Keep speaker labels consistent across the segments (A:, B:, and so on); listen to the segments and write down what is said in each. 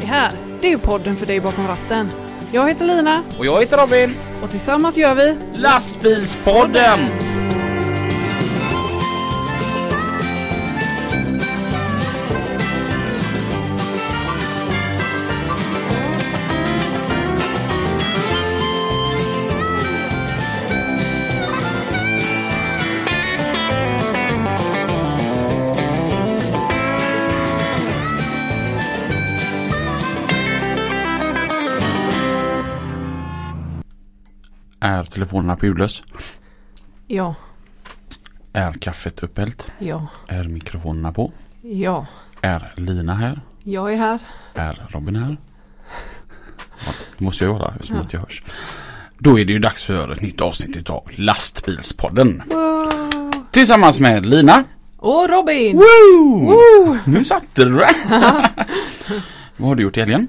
A: här, det är podden för dig bakom ratten. Jag heter Lina.
B: Och jag heter Robin.
A: Och tillsammans gör vi
B: Lastbilspodden! Är telefonerna på ljudlös?
A: Ja.
B: Är kaffet upphällt?
A: Ja.
B: Är mikrofonerna på?
A: Ja.
B: Är Lina här?
A: Jag är här.
B: Är Robin här? Ja, det måste jag göra eftersom att jag hörs. Då är det ju dags för ett nytt avsnitt av Lastbilspodden.
A: Wow.
B: Tillsammans med Lina.
A: Och Robin.
B: Woo!
A: Woo!
B: Nu satte du det. Vad har du gjort i helgen?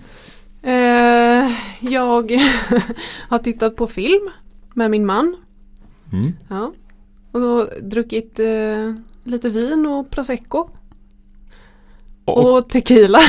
A: Jag har tittat på film med min man.
B: Mm.
A: Ja. Och då druckit lite vin och prosecco. Och tequila.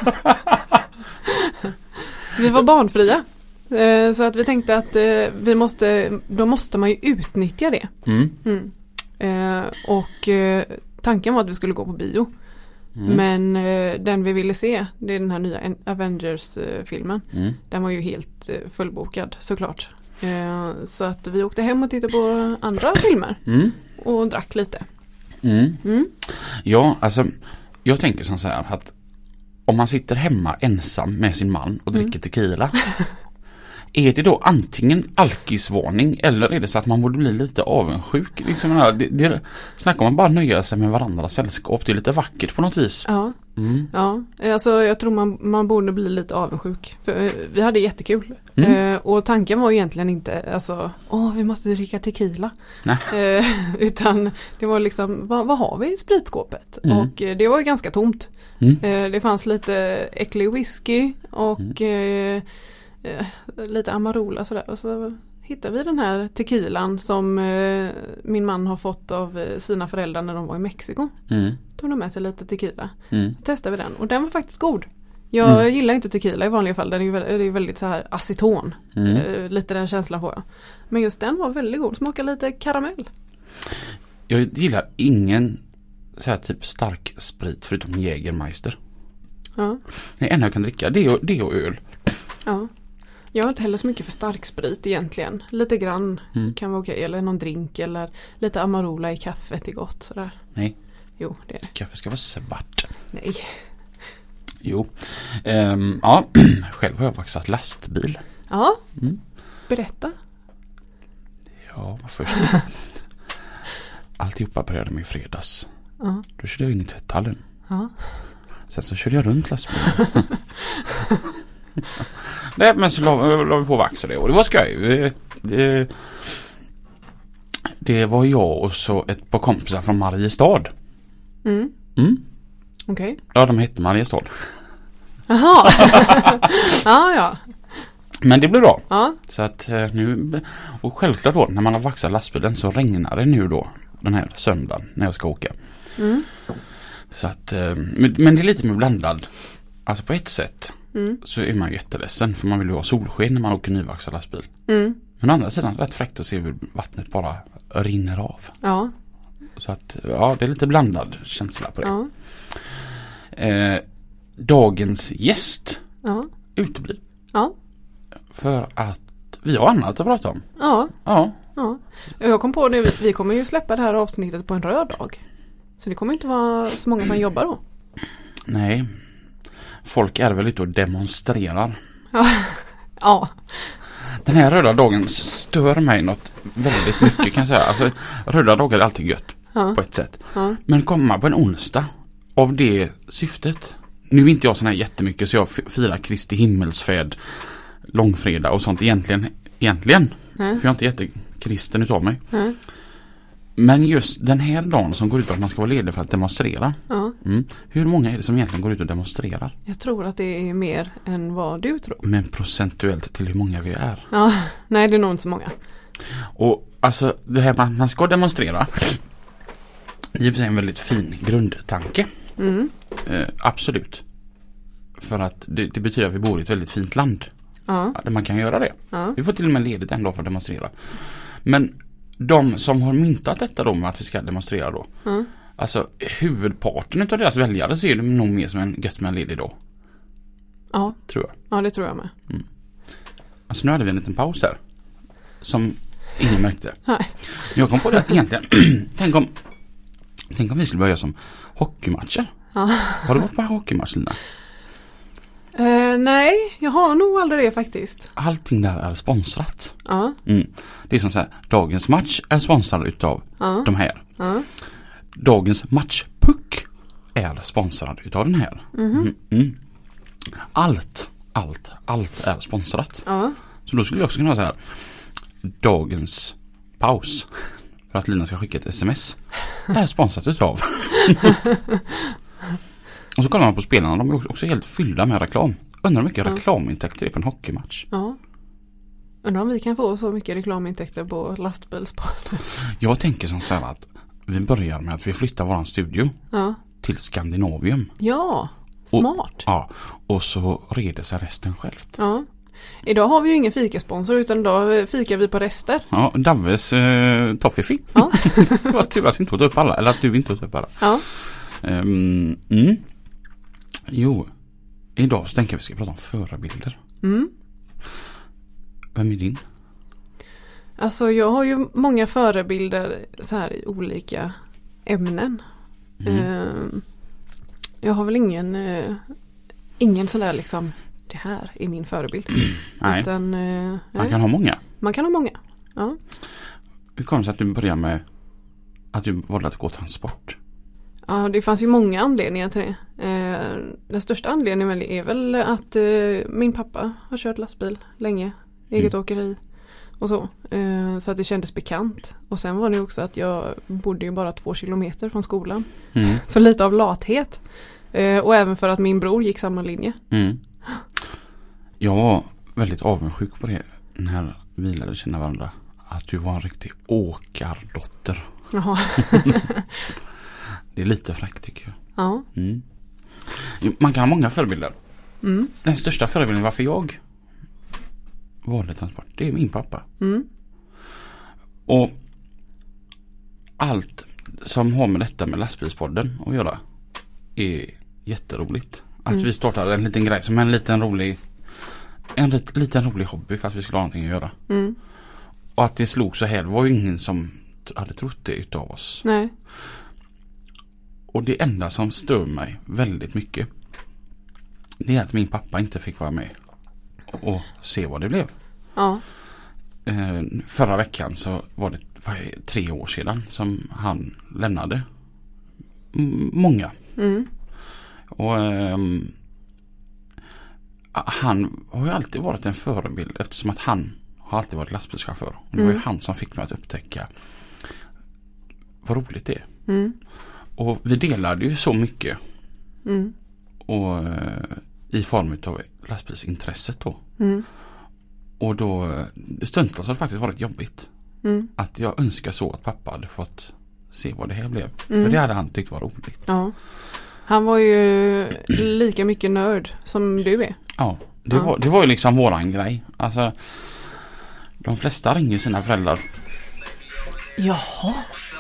A: Vi var barnfria. Så att vi tänkte att då måste man ju utnyttja det.
B: Mm.
A: Och tanken var att vi skulle gå på bio.
B: Mm.
A: Men den vi ville se, det är den här nya Avengers-filmen.
B: Mm.
A: Den var ju helt fullbokad såklart. Så att vi åkte hem och tittade på andra filmer.
B: Mm.
A: Och drack lite.
B: Mm.
A: Mm.
B: Ja, alltså jag tänker som så här att om man sitter hemma ensam med sin man och dricker tequila, är det då antingen alkisvarning eller är det så att man borde bli lite avundsjuk? Liksom, snackar man bara nöja sig med varandras sällskap, det är lite vackert på något vis.
A: Ja, ja. Alltså jag tror man borde bli lite avundsjuk. För vi hade jättekul. Och tanken var egentligen inte alltså, vi måste dricka tequila. Utan det var liksom, vad har vi i spritskåpet? Och det var ju ganska tomt. Det fanns lite äcklig whisky och lite Amarula sådär. Och så hittade vi den här tequilan som min man har fått av sina föräldrar när de var i Mexiko. Tog de med sig lite tequila. Testade vi den och den var faktiskt god. Jag gillar inte tequila i vanliga fall. Den är ju väldigt så här aceton. Lite den känslan får jag. Men just den var väldigt god. Smakar lite karamell.
B: Jag gillar ingen så här typ stark sprit förutom Jägermeister.
A: Ja.
B: Det enda jag kan dricka det är öl.
A: Ja. Jag har inte heller så mycket för stark sprit egentligen. Lite grann kan vara okej. Eller någon drink eller lite Amarula i kaffet är gott sådär.
B: Nej.
A: Jo, det är det.
B: Kaffe ska vara svart.
A: Nej.
B: Jo. Ja, själv har jag faktiskt haft lastbil.
A: Ja. Berätta.
B: Ja, först. Alltihopa började med i fredags.
A: Ja.
B: Då körde jag in i tvätthallen.
A: Ja.
B: Sen så körde jag runt lastbilen. Nej, men så la vi på vax och det. Och det var skoj. Det var jag och så ett par kompisar från Mariestad.
A: Okej.
B: Ja, de hette Mariestad.
A: Jaha. Ja.
B: Men det blev bra.
A: Ja.
B: Så att nu, och självklart då, när man har vaxat lastbilen så regnar det nu då, den här söndagen när jag ska åka. Så att, men det är lite mer blandad. Alltså på ett sätt så är man jätteledsen för man vill ju ha solsken när man åker nyvaxad lastbil. Men å andra sidan rätt fräckt att se hur vattnet bara rinner av.
A: Ja.
B: Så att, ja, det är lite blandad känsla på det.
A: Ja.
B: Dagens gäst uteblir.
A: Ja.
B: För att vi har annat att prata om.
A: Ja.
B: Ja.
A: Ja. Jag kom på det, vi kommer ju släppa det här avsnittet på en röd dag. Så det kommer inte vara så många som jobbar då.
B: Nej. Folk är väl ute och demonstrerar.
A: Ja.
B: Den här röda dagen stör mig något väldigt mycket kan jag säga. Alltså, röda dagar är alltid gött på ett sätt. Men komma på en onsdag av det syftet. Nu är inte jag sån här jättemycket så jag firar Kristi himmelsfärd långfredag och sånt egentligen. För jag är inte jättekristen utav mig. Men just den här dagen som går ut på att man ska vara ledig för att demonstrera. Hur många är det som egentligen går ut och demonstrerar?
A: Jag tror att det är mer än vad du tror.
B: Men procentuellt till hur många vi är.
A: Ja, nej det är nog inte så många.
B: Och alltså det här man ska demonstrera. Det är en väldigt fin grundtanke. Absolut. För att det betyder att vi bor i ett väldigt fint land.
A: Ja.
B: Där man kan göra det. Ja. Vi får till och med ledigt en dag för att demonstrera. Men de som har myntat detta då med att vi ska demonstrera då. Ja. Alltså huvudparten av deras väljare ser det nog mer som en gött med en ledig dag.
A: Ja.
B: Tror jag.
A: Ja, det tror jag med.
B: Mm. Alltså nu hade vi en liten paus här. Som ingen märkte.
A: Nej.
B: Jag kom på det att egentligen tänk om vi skulle börja som hockeymatcher. Ja. Har du varit på hockeymatch, Lina?
A: Nej, jag har nog aldrig det faktiskt.
B: Allting där är sponsrat.
A: Ja.
B: Mm. Det är som så här, dagens match är sponsrad utav de här.
A: Ja.
B: Dagens matchpuck är sponsrad utav den här. Mm. Mm. Allt är sponsrat.
A: Ja.
B: Så då skulle jag också kunna ha så här, dagens paus för att Lina ska skicka ett sms är sponsrat utav. Och så kollar man på spelarna, de är också helt fyllda med reklam. Undrar hur mycket reklamintäkter det är på en hockeymatch.
A: Ja. Undrar om vi kan få så mycket reklamintäkter på lastbilspodden.
B: Jag tänker som så här att vi börjar med att vi flyttar våran studio till Skandinavium.
A: Ja, smart.
B: Och så reder sig resten självt.
A: Ja. Idag har vi ju ingen fikasponsor utan idag fikar vi på rester.
B: Ja, Davves toffifee. Ja. Det var tur att vi inte tog upp alla, eller att du inte tog upp alla.
A: Ja.
B: Jo, idag så tänker jag att vi ska prata om förebilder. Mm. Vem är din?
A: Alltså jag har ju många förebilder så här i olika ämnen. Jag har väl ingen sån där liksom, det här är min förebild.
B: Nej.
A: Utan,
B: man kan ha många.
A: Man kan ha många, ja.
B: Hur kom det sig att du började med att du valde att gå transport?
A: Ja, det fanns ju många anledningar till det. Den största anledningen är väl att min pappa har kört lastbil länge. Eget åkeri och så. Så att det kändes bekant. Och sen var det också att jag bodde ju bara 2 kilometer från skolan. Mm. Så lite av lathet. Och även för att min bror gick samma linje.
B: Mm. Jag var väldigt avundsjuk på det när vi lärde känna varandra. Att du var en riktig åkardotter.
A: Jaha.
B: Det är lite fräckt tycker jag.
A: Ja.
B: Mm. Man kan ha många förebilder. Mm. Den största förebilden varför jag valde transport, det är min pappa. Mm. Och allt som har med detta med lastbilspodden att göra är jätteroligt. Att vi startade en liten grej som en liten rolig hobby för att vi skulle ha någonting att göra. Mm. Och att det slog så här var ju ingen som hade trott det utav oss.
A: Nej.
B: Och det enda som stör mig väldigt mycket, det är att min pappa inte fick vara med och se vad det blev. Ja. Förra veckan så var det 3 år sedan som han lämnade många. Mm. Och han har ju alltid varit en förebild eftersom att han har alltid varit lastbilschaufför. Och det var ju han som fick mig att upptäcka vad roligt det är. Mm. Och vi delade ju så mycket. Mm. Och i form av lastbilsintresset då. Mm. Och då stundtals har det faktiskt varit jobbigt. Mm. Att jag önskar så att pappa hade fått se vad det här blev. För det hade han tyckt var roligt.
A: Ja. Han var ju lika mycket nörd som du är.
B: Ja, det var ju liksom våran grej. Alltså, de flesta ringer sina föräldrar.
A: Jaha.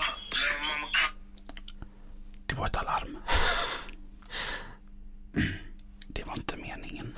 B: Det var ett alarm. Det var inte meningen.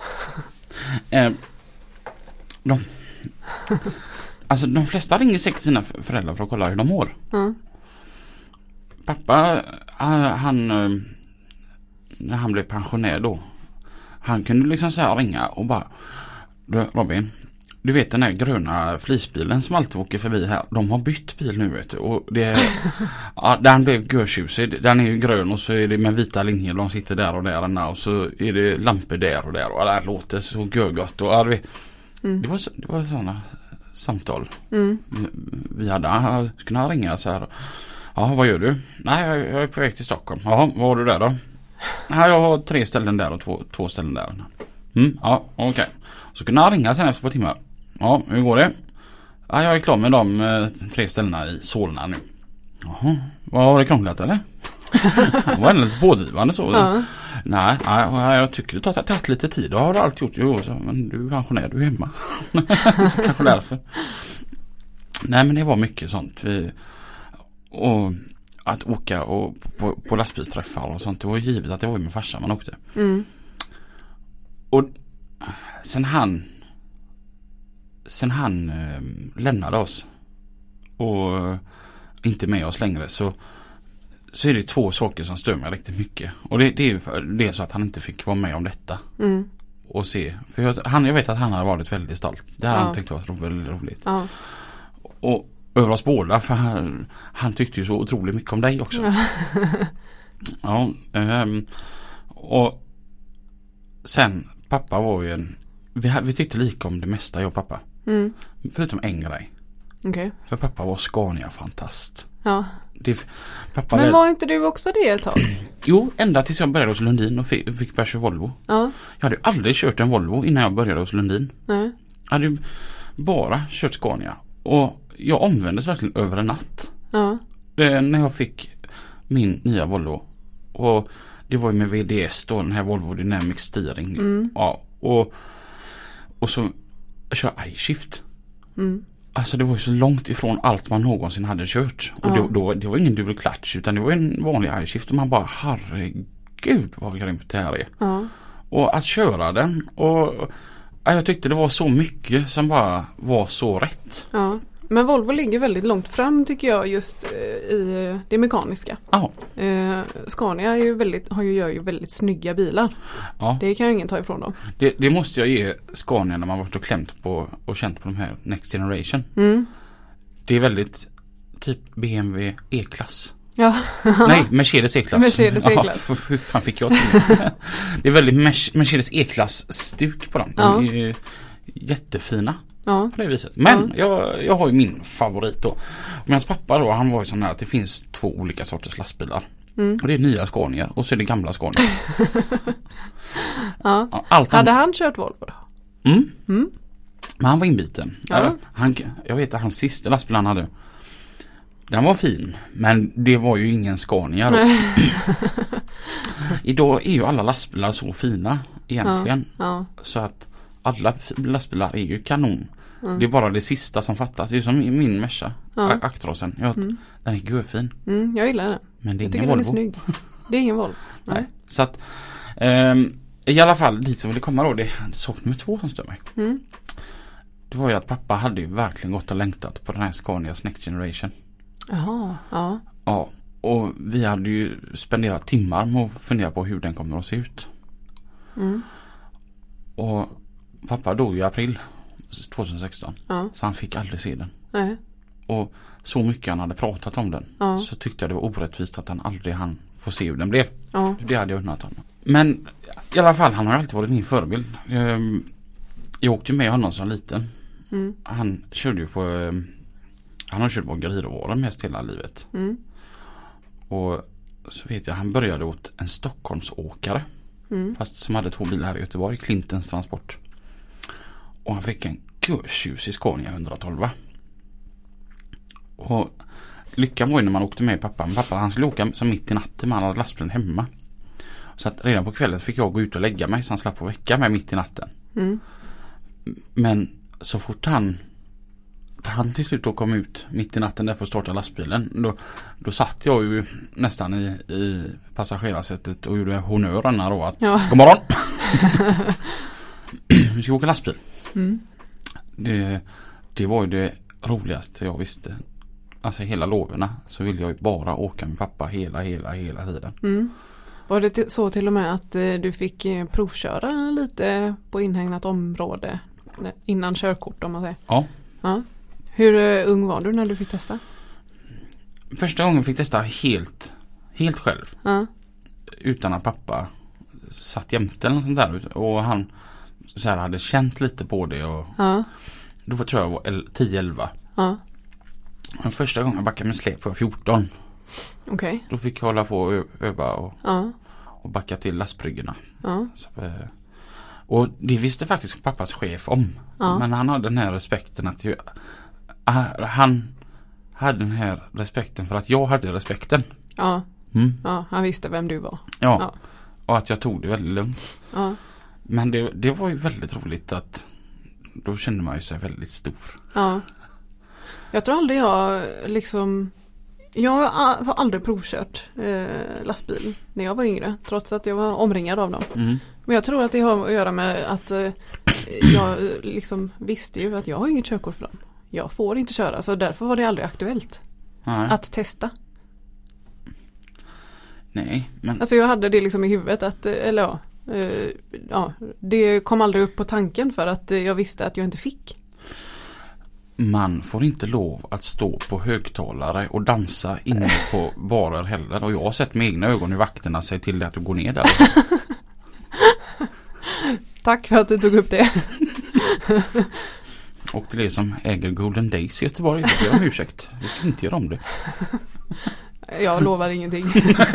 B: De flesta ringer säkert sina föräldrar för att kolla hur de mår. Mm. Pappa, han när han blev pensionär då, han kunde liksom så här ringa och bara, Robin, du vet den här gröna flisbilen som alltid åker förbi här, de har bytt bil nu vet du, och det är, den blev görtjusig, den är ju grön och så är det med vita linjer, de sitter där och där och så är det lampor där och det här låter så görgott och det var sådana samtal vi hade. Han skulle han ringa så här, ja vad gör du? Nej jag är på väg till Stockholm. Ja, vad har du där då? Nej, jag har 3 ställen där och 2 ställen där. Ja, okej. Så kunde han ringa sen efter på timmar. Ja, hur går det? Ja, jag är klar med de 3 ställena i Solna nu. Jaha, var det krånglat eller? Det var lite pådrivande så. Nej, jag tycker det har tagit lite tid. Då har du alltid gjort. Jo, så, men du är pensionär, du är hemma. Kanske därför. Nej, men det var mycket sånt. Och att åka och på lastbilsträffar och sånt. Det var givet att det var med farsan man åkte. Och sen han lämnade oss och inte med oss längre, så är det 2 saker som stör mig riktigt mycket. Och det är så att han inte fick vara med om detta. Och se. För jag vet att han hade varit väldigt stolt. Det hade han tyckt var väldigt roligt. Ja. Och över oss båda, för han tyckte ju så otroligt mycket om dig också. Ja. Och sen, pappa var ju vi tyckte lika om det mesta, jag och pappa. Förutom en grej.
A: Okay.
B: För pappa var Scania-fantast.
A: Ja. Men var inte du också det ett tag?
B: Jo, ända tills jag började hos Lundin och fick börja köra Volvo. Ja. Jag hade aldrig kört en Volvo innan jag började hos Lundin. Nej. Jag hade bara kört Scania. Och jag omvändes verkligen över en natt. Ja. När jag fick min nya Volvo. Och det var ju med VDS då, den här Volvo Dynamic Steering. Ja, och så kör iShift. Alltså det var ju så långt ifrån allt man någonsin hade kört. Och då det var ingen dubbel clutch, utan det var en vanlig iShift. Och man bara, herregud vad grymt det här är. Ja. Och att köra den. Och jag tyckte det var så mycket som bara var så rätt. Ja.
A: Men Volvo ligger väldigt långt fram tycker jag just i det mekaniska. Ja. Scania gör ju väldigt snygga bilar. Ja. Det kan ju ingen ta ifrån dem.
B: Det måste jag ge Scania när man varit och klämt på och känt på de här Next Generation. Det är väldigt typ BMW E-klass. Ja. Nej, Mercedes E-klass.
A: Mercedes E-klass.
B: Ja, hur fan fick jag till det? Det är väldigt Mercedes E-klass stuk på dem. De är ju jättefina. Ja. På det viset. Men jag har ju min favorit då. Och hans pappa då, han var ju sån här att det finns 2 olika sorters lastbilar. Och det är nya Scania och så är det gamla Scania.
A: Ja. Hade han kört Volvo då?
B: Men han var inbiten. Ja. Jag vet att hans sista lastbil han hade, den var fin, men det var ju ingen Scania då. Idag är ju alla lastbilar så fina egentligen. Ja. Så att alla lastbilar är ju kanon. Det är bara det sista som fattas. Det är som min Merca, Actrosen. Den är görfin.
A: Jag gillar den.
B: Men det är
A: jag
B: ingen Volvo.
A: Den är snygg. Det är ingen Volvo. Nej.
B: Så att i alla fall dit som vill komma då, det är sak nummer 2 som stör mig. Det var ju att pappa hade ju verkligen gått och längtat på den här Scanias Next Generation. Jaha, ja. Ja, och vi hade ju spenderat timmar med att fundera på hur den kommer att se ut. Och pappa dog i april 2016. Ja. Så han fick aldrig se den. Nej. Och så mycket han hade pratat om den, så tyckte jag det var orättvist att han aldrig hann få se hur den blev. Ja. Det hade jag unnat honom. Men i alla fall, han har alltid varit min förebild. Jag åkte med honom som liten. Han körde ju på han har kört på Garidovaran mest hela livet. Och så vet jag, han började åt en Stockholmsåkare. Fast som hade 2 bilar här i Göteborg, Clintons Transport. Och han fick en kurstjus i Scania 112. Och lyckan var ju när man åkte med pappa. Men pappa han skulle åka som mitt i natten, man hade lastbilen hemma. Så att redan på kvällen fick jag gå ut och lägga mig så han slapp på vecka med mitt i natten. Men så fort han till slut då kom ut mitt i natten där för att starta lastbilen, då satt jag ju nästan i passagerarsättet och gjorde honörerna då att god morgon! Vi ska åka lastbil. Det var ju det roligaste jag visste. Alltså hela loverna så ville jag ju bara åka med pappa hela tiden.
A: Var det så till och med att du fick provköra lite på inhägnat område innan körkort om man säger? Ja. Hur ung var du när du fick testa?
B: Första gången fick testa helt själv. Utan att pappa satt jämte eller något sånt där. Och han så här hade känt lite på det. Och då tror jag var 10-11. Men första gången jag backade med släp var 14. Okay. Då fick jag hålla på och öva och backa till lastbryggorna. Så, och det visste faktiskt pappas chef om. Men han hade den här respekten att han hade den här respekten för att jag hade respekten.
A: Ja, han visste vem du var.
B: Ja. Och att jag tog det väldigt lugnt.
A: Ja.
B: Men det var ju väldigt roligt att då kände man ju sig väldigt stor.
A: Ja. Jag tror aldrig jag har aldrig provkört lastbil när jag var yngre. Trots att jag var omringad av dem. Mm. Men jag tror att det har att göra med att jag liksom visste ju att jag har inget körkort för dem. Jag får inte köra, så därför var det aldrig aktuellt att testa.
B: Nej, men...
A: Alltså jag hade det liksom i huvudet att, det kom aldrig upp på tanken för att jag visste att jag inte fick.
B: Man får inte lov att stå på högtalare och dansa inne på barer heller. Och jag har sett med egna ögon hur vakterna säger till dig att du går ner där.
A: Tack för att du tog upp det.
B: Och till det som äger Golden Days i Göteborg, jag ber om ursäkt. Vi ska inte göra om det.
A: Jag lovar ingenting.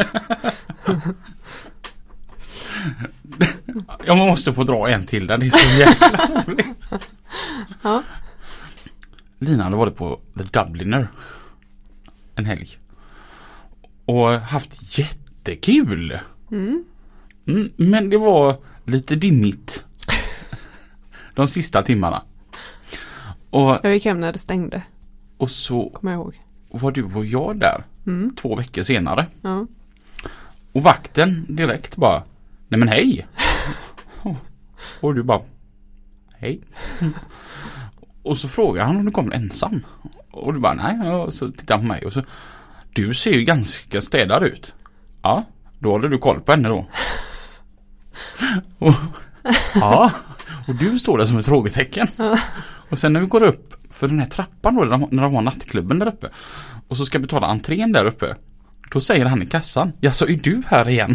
B: Jag måste få dra en till där. Det är så jävla roligt.
A: Ja.
B: Lina hade varit på The Dubliner en helg. Och haft jättekul. Men det var lite dimmigt de sista timmarna. Och
A: jag gick hem när det stängde.
B: Och så
A: kommer jag ihåg.
B: Var du och jag där 2 veckor senare.
A: Ja.
B: Och vakten direkt bara, nej men hej. Och du bara, hej. Och så frågar han om du kommer ensam. Och du bara, nej. Och så tittar han på mig och så, du ser ju ganska städad ut. Ja, då håller du koll på henne då. Ja, och du står där som ett frågetecken. Och sen när vi går upp för den här trappan då, när de har nattklubben där uppe, och så ska betala entrén där uppe, då säger han i kassan, ja så är du här igen?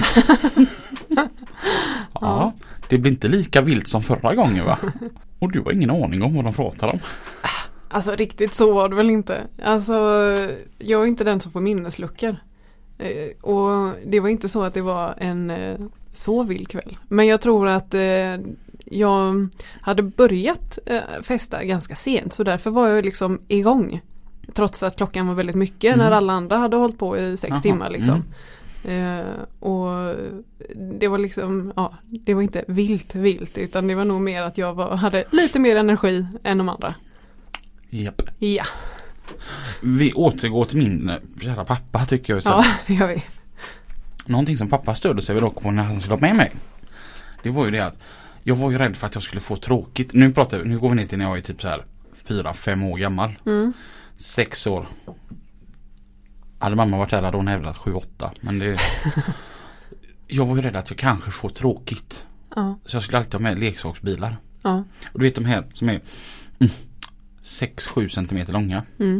B: Ja, det blir inte lika vilt som förra gången va? Och du har ingen aning om vad de pratar om.
A: Alltså riktigt så var det väl inte. Alltså jag är inte den som får minnesluckor. Och det var inte så att det var en så vild kväll. Men jag tror att jag hade börjat festa ganska sent, så därför var jag liksom igång. Trots att klockan var väldigt mycket när alla andra hade hållit på i 6 timmar liksom. Och det var liksom, det var inte vilt utan det var nog mer att jag hade lite mer energi än de andra.
B: Japp.
A: Ja.
B: Vi återgår till min kära pappa tycker jag.
A: Ja, det gör vi.
B: Någonting som pappa stödde sig dock på när han skulle ha med mig. Det var ju det att jag var ju rädd för att jag skulle få tråkigt. Nu går vi ner till när jag är typ så här 4-5 år gammal. 6 år. Hade mamma varit där hade hon hävdat 7-8. Men det... Jag var ju rädd att jag kanske får tråkigt. Så jag skulle alltid ha med leksaksbilar. Och du vet de här som är 6-7 centimeter långa.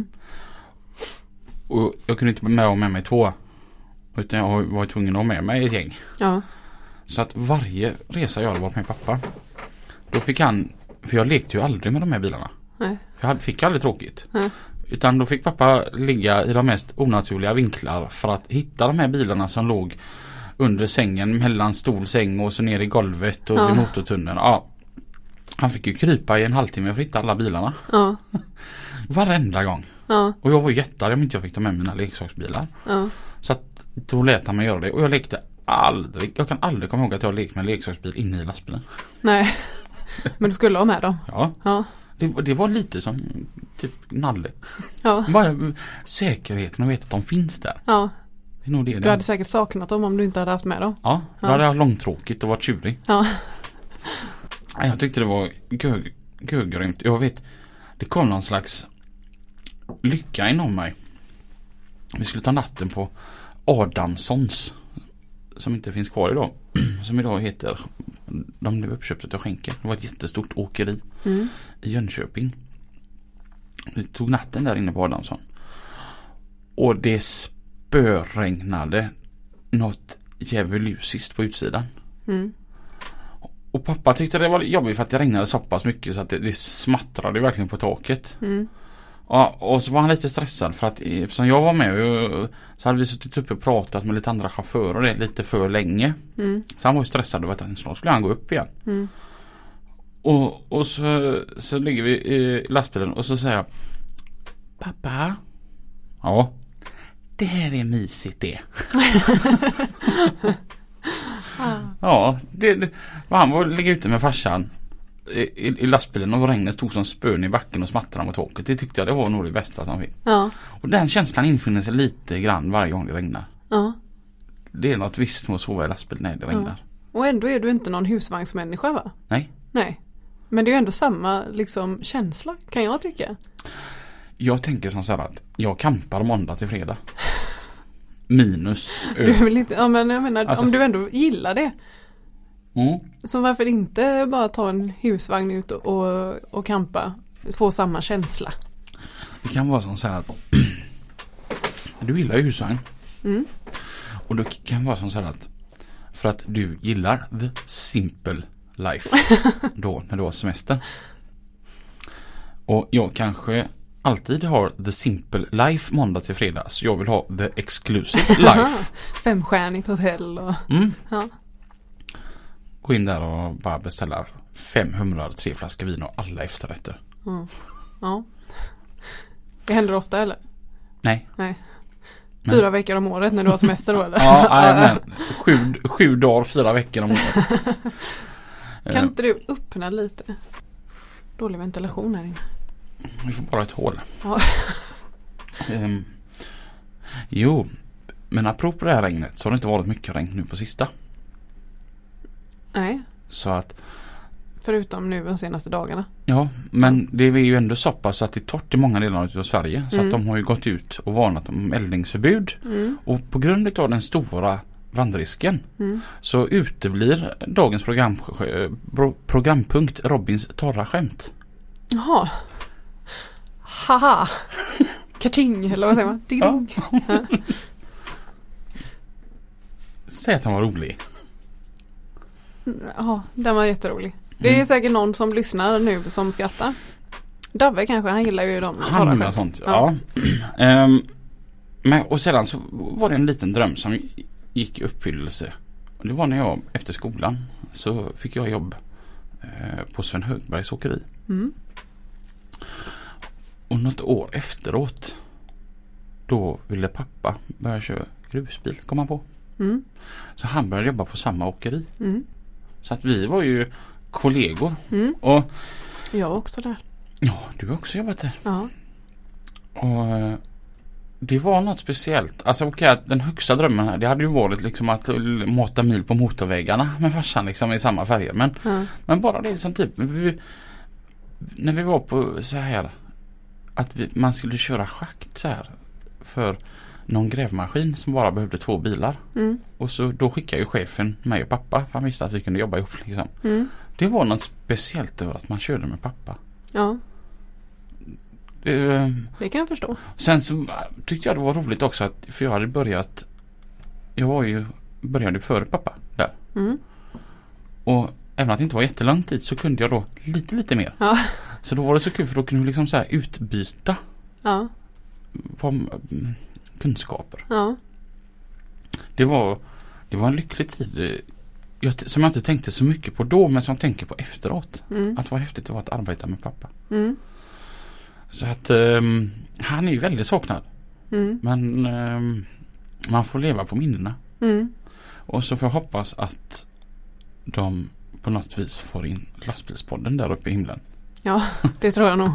B: Och jag kunde inte med mig 2. Utan jag var tvungen att ha med mig ett gäng. Så att varje resa jag hade varit med pappa, då fick han, för jag lekte ju aldrig med de här bilarna.
A: Nej.
B: Jag fick aldrig tråkigt. Utan då fick pappa ligga i de mest onaturliga vinklar för att hitta de här bilarna som låg under sängen, mellan stolsäng och så ner i golvet och vid motortunneln. Ja. Han fick ju krypa i en halvtimme för att hitta alla bilarna. Varenda gång. Och jag var jättearg om inte jag fick ta med mina leksaksbilar. Så att då lät han mig göra det. Och jag lekte aldrig. Jag kan aldrig komma ihåg att jag lekte med en leksaksbil inne i lastbilen. Nej.
A: Men du skulle ha med dem.
B: Ja. Det var lite som typ nalle. Bara säkerheten och veta att de finns där. Det är nog det.
A: Du hade säkert saknat dem om du inte hade haft med dem.
B: Ja, då hade jag långtråkigt och varit tjurig. Jag tyckte det var grymt. Jag vet, det kom någon slags lycka inom mig. Vi skulle ta natten på Adamssons, som inte finns kvar idag, som idag heter, de blev uppköpta av Schenker. Det var ett jättestort åkeri i Jönköping. Vi tog natten där inne på Adamsson. Och det spöregnade något djävulusiskt på utsidan. Och pappa tyckte det var jobbigt för att det regnade så pass mycket så att det smattrade verkligen på taket. Ja, och så var han lite stressad för att eftersom jag var med så hade vi suttit uppe och pratat med lite andra chaufförer det lite för länge. Så han var ju stressad över att snart skulle han gå upp igen. Och så ligger vi i lastbilen och så säger jag, pappa, ja, det här är mysigt det. Ja, han var ligga ute med farsan i lastbilen och regnet stod som spön i backen och smattrade mot åket. Det tyckte jag det var nog det bästa som finns.
A: Ja.
B: Och den känslan infinner sig lite grann varje gång det regnar.
A: Ja.
B: Det är något visst med att sova i lastbil när det regnar.
A: Och ändå är du inte någon husvagnsmänniska, va?
B: Nej.
A: Men det är ju ändå samma liksom känsla, kan jag tycka.
B: Jag tänker som så här att jag campar måndag till fredag. Minus
A: Du vill inte, ja, men jag menar, alltså, om du ändå gillar det. Så varför inte bara ta en husvagn ut och campa, få samma känsla?
B: Det kan vara som så här att du gillar husvagn. Och det kan vara som så här att för att du gillar the simple life då när du har semester. Och jag kanske alltid har the simple life måndag till fredag, så jag vill ha the exclusive life.
A: 5-stjärnigt hotell och ja.
B: Gå in där och bara beställa 500 3 flaskor vin och alla efterrätter.
A: Ja. Det händer ofta, eller?
B: Nej.
A: 4 veckor om året när du har semester då, eller?
B: Ja, 7 dagar, 4 veckor om året.
A: Kan inte du öppna lite? Dålig ventilation här inne.
B: Vi får bara ett hål.
A: Ja.
B: Jo, men apropå det här regnet så har det inte varit mycket regn nu på sista.
A: Nej.
B: Så att
A: förutom nu de senaste dagarna.
B: Ja, men det är ju ändå så pass att det är torrt i många delar av Sverige. Så att de har ju gått ut och varnat om eldningsförbud. Och på grund av den stora brandrisken så uteblir dagens programpunkt Robins torra skämt.
A: Jaha. Haha. Kating, eller vad säger man? Ding. Ja.
B: Säg att han var rolig.
A: Ja, den var jätterolig. Det är säkert någon som lyssnar nu som skrattar. Davve kanske, han gillar ju dem.
B: Han gillar sånt, ja. Men, och sedan så var det en liten dröm som gick i uppfyllelse. Och det var när jag efter skolan så fick jag jobb på Sven Högbergs åkeri. Och något år efteråt då ville pappa börja köra grusbil, kom han på. Så han började jobba på samma åkeri. Så att vi var ju kollegor. Och
A: jag var också där.
B: Ja, du har också jobbat där.
A: Ja.
B: Och det var något speciellt. Alltså okej, den högsta drömmen här, det hade ju varit liksom att mata mil på motorvägarna med farsan liksom i samma färger. Men bara det som typ när vi var på så här att man skulle köra schakt så här för någon grävmaskin som bara behövde 2 bilar. Och så då skickade ju chefen mig och pappa för han visste att vi kunde jobba ihop liksom. Det var något speciellt över att man körde med pappa.
A: Ja. Det kan jag förstå.
B: Sen så tyckte jag det var roligt också att för jag hade började före pappa där. Och även att det inte var jättelång tid så kunde jag då lite mer.
A: Ja.
B: Så då var det så kul för då kunde vi liksom så här utbyta kunskaper.
A: Ja.
B: Det var en lycklig tid som jag inte tänkte så mycket på då men som jag tänker på efteråt. Att det var häftigt att arbeta med pappa. Så att han är ju väldigt saknad. Men man får leva på minnena. Och så får jag hoppas att de på något vis får in lastbilspodden där uppe i himlen.
A: Ja, det tror jag nog.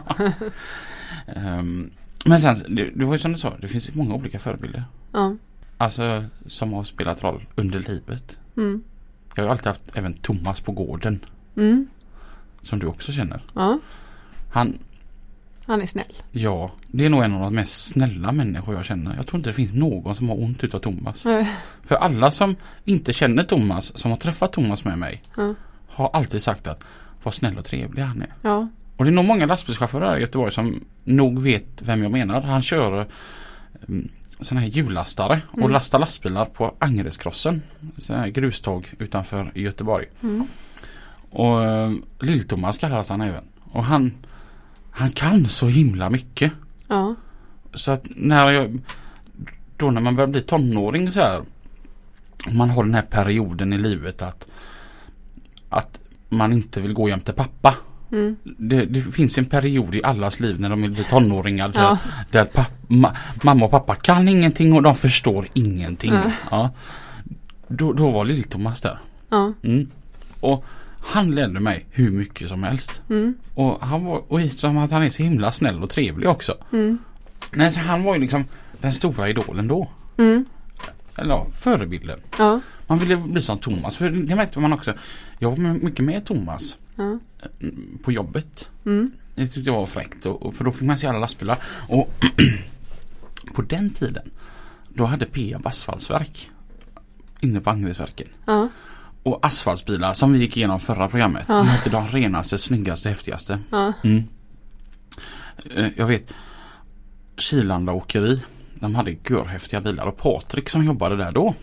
B: Men sen, det var ju som du sa, det finns ju många olika förebilder.
A: Ja.
B: Alltså som har spelat roll under livet. Jag har ju alltid haft även Thomas på gården. Som du också känner.
A: Ja.
B: Han
A: är snäll.
B: Ja, det är nog en av de mest snälla människor jag känner. Jag tror inte det finns någon som har ont utav Thomas. För alla som inte känner Thomas, som har träffat Thomas med mig, har alltid sagt att vad snäll och trevlig han är.
A: Ja.
B: Och det är nog många lastbilschaufförer i Göteborg som nog vet vem jag menar. Han kör såna här hjullastare och lastar lastbilar på Angereskrossen. Såna här gruståg utanför i Göteborg. Och Lill-Thomas kallas han även. Och han kan så himla mycket.
A: Ja.
B: Så att när man börjar bli tonåring så här, man har den här perioden i livet att man inte vill gå jämte pappa. Det finns en period i allas liv när de vill bli tonåringar där mamma och pappa kan ingenting och de förstår ingenting. Ja. Då var Lill-Thomas där.
A: Ja.
B: Och han lärde mig hur mycket som helst. Och som att han är så himla snäll och trevlig också. Nej, så han var ju liksom den stora idolen då. Eller förebilden.
A: Ja.
B: Man ville bli som Thomas. För det märkte man också. Jag var mycket med Thomas på jobbet. Det tyckte jag var fräckt. För då fick man se alla lastbilar. Och på den tiden då hade Peab asfaltsverk inne på Agnesverken.
A: Ja.
B: Och asfaltsbilar som vi gick igenom förra programmet. De hette de renaste, snyggaste, häftigaste.
A: Ja.
B: Jag vet Kilanda åkeri. De hade görhäftiga bilar. Och Patrik som jobbade där då.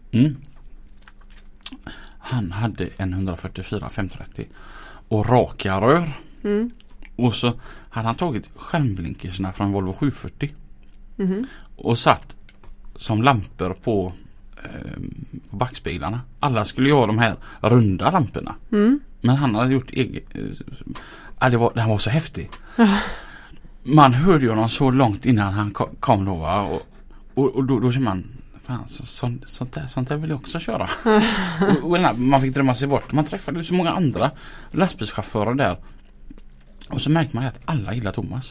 B: Han hade en 144 530. Och raka rör. Och så hade han tagit skärmblinkerserna från Volvo 740. Och satt som lampor på backspeglarna. Alla skulle ju ha de här runda lamporna. Men han hade gjort det var så häftigt. Man hörde ju honom så långt innan han kom då, va? Och då känner man fan, sånt där vill jag också köra. och man fick drömma sig bort. Man träffade så många andra lastbilschaufförer där. Och så märkte man att alla gillar Thomas.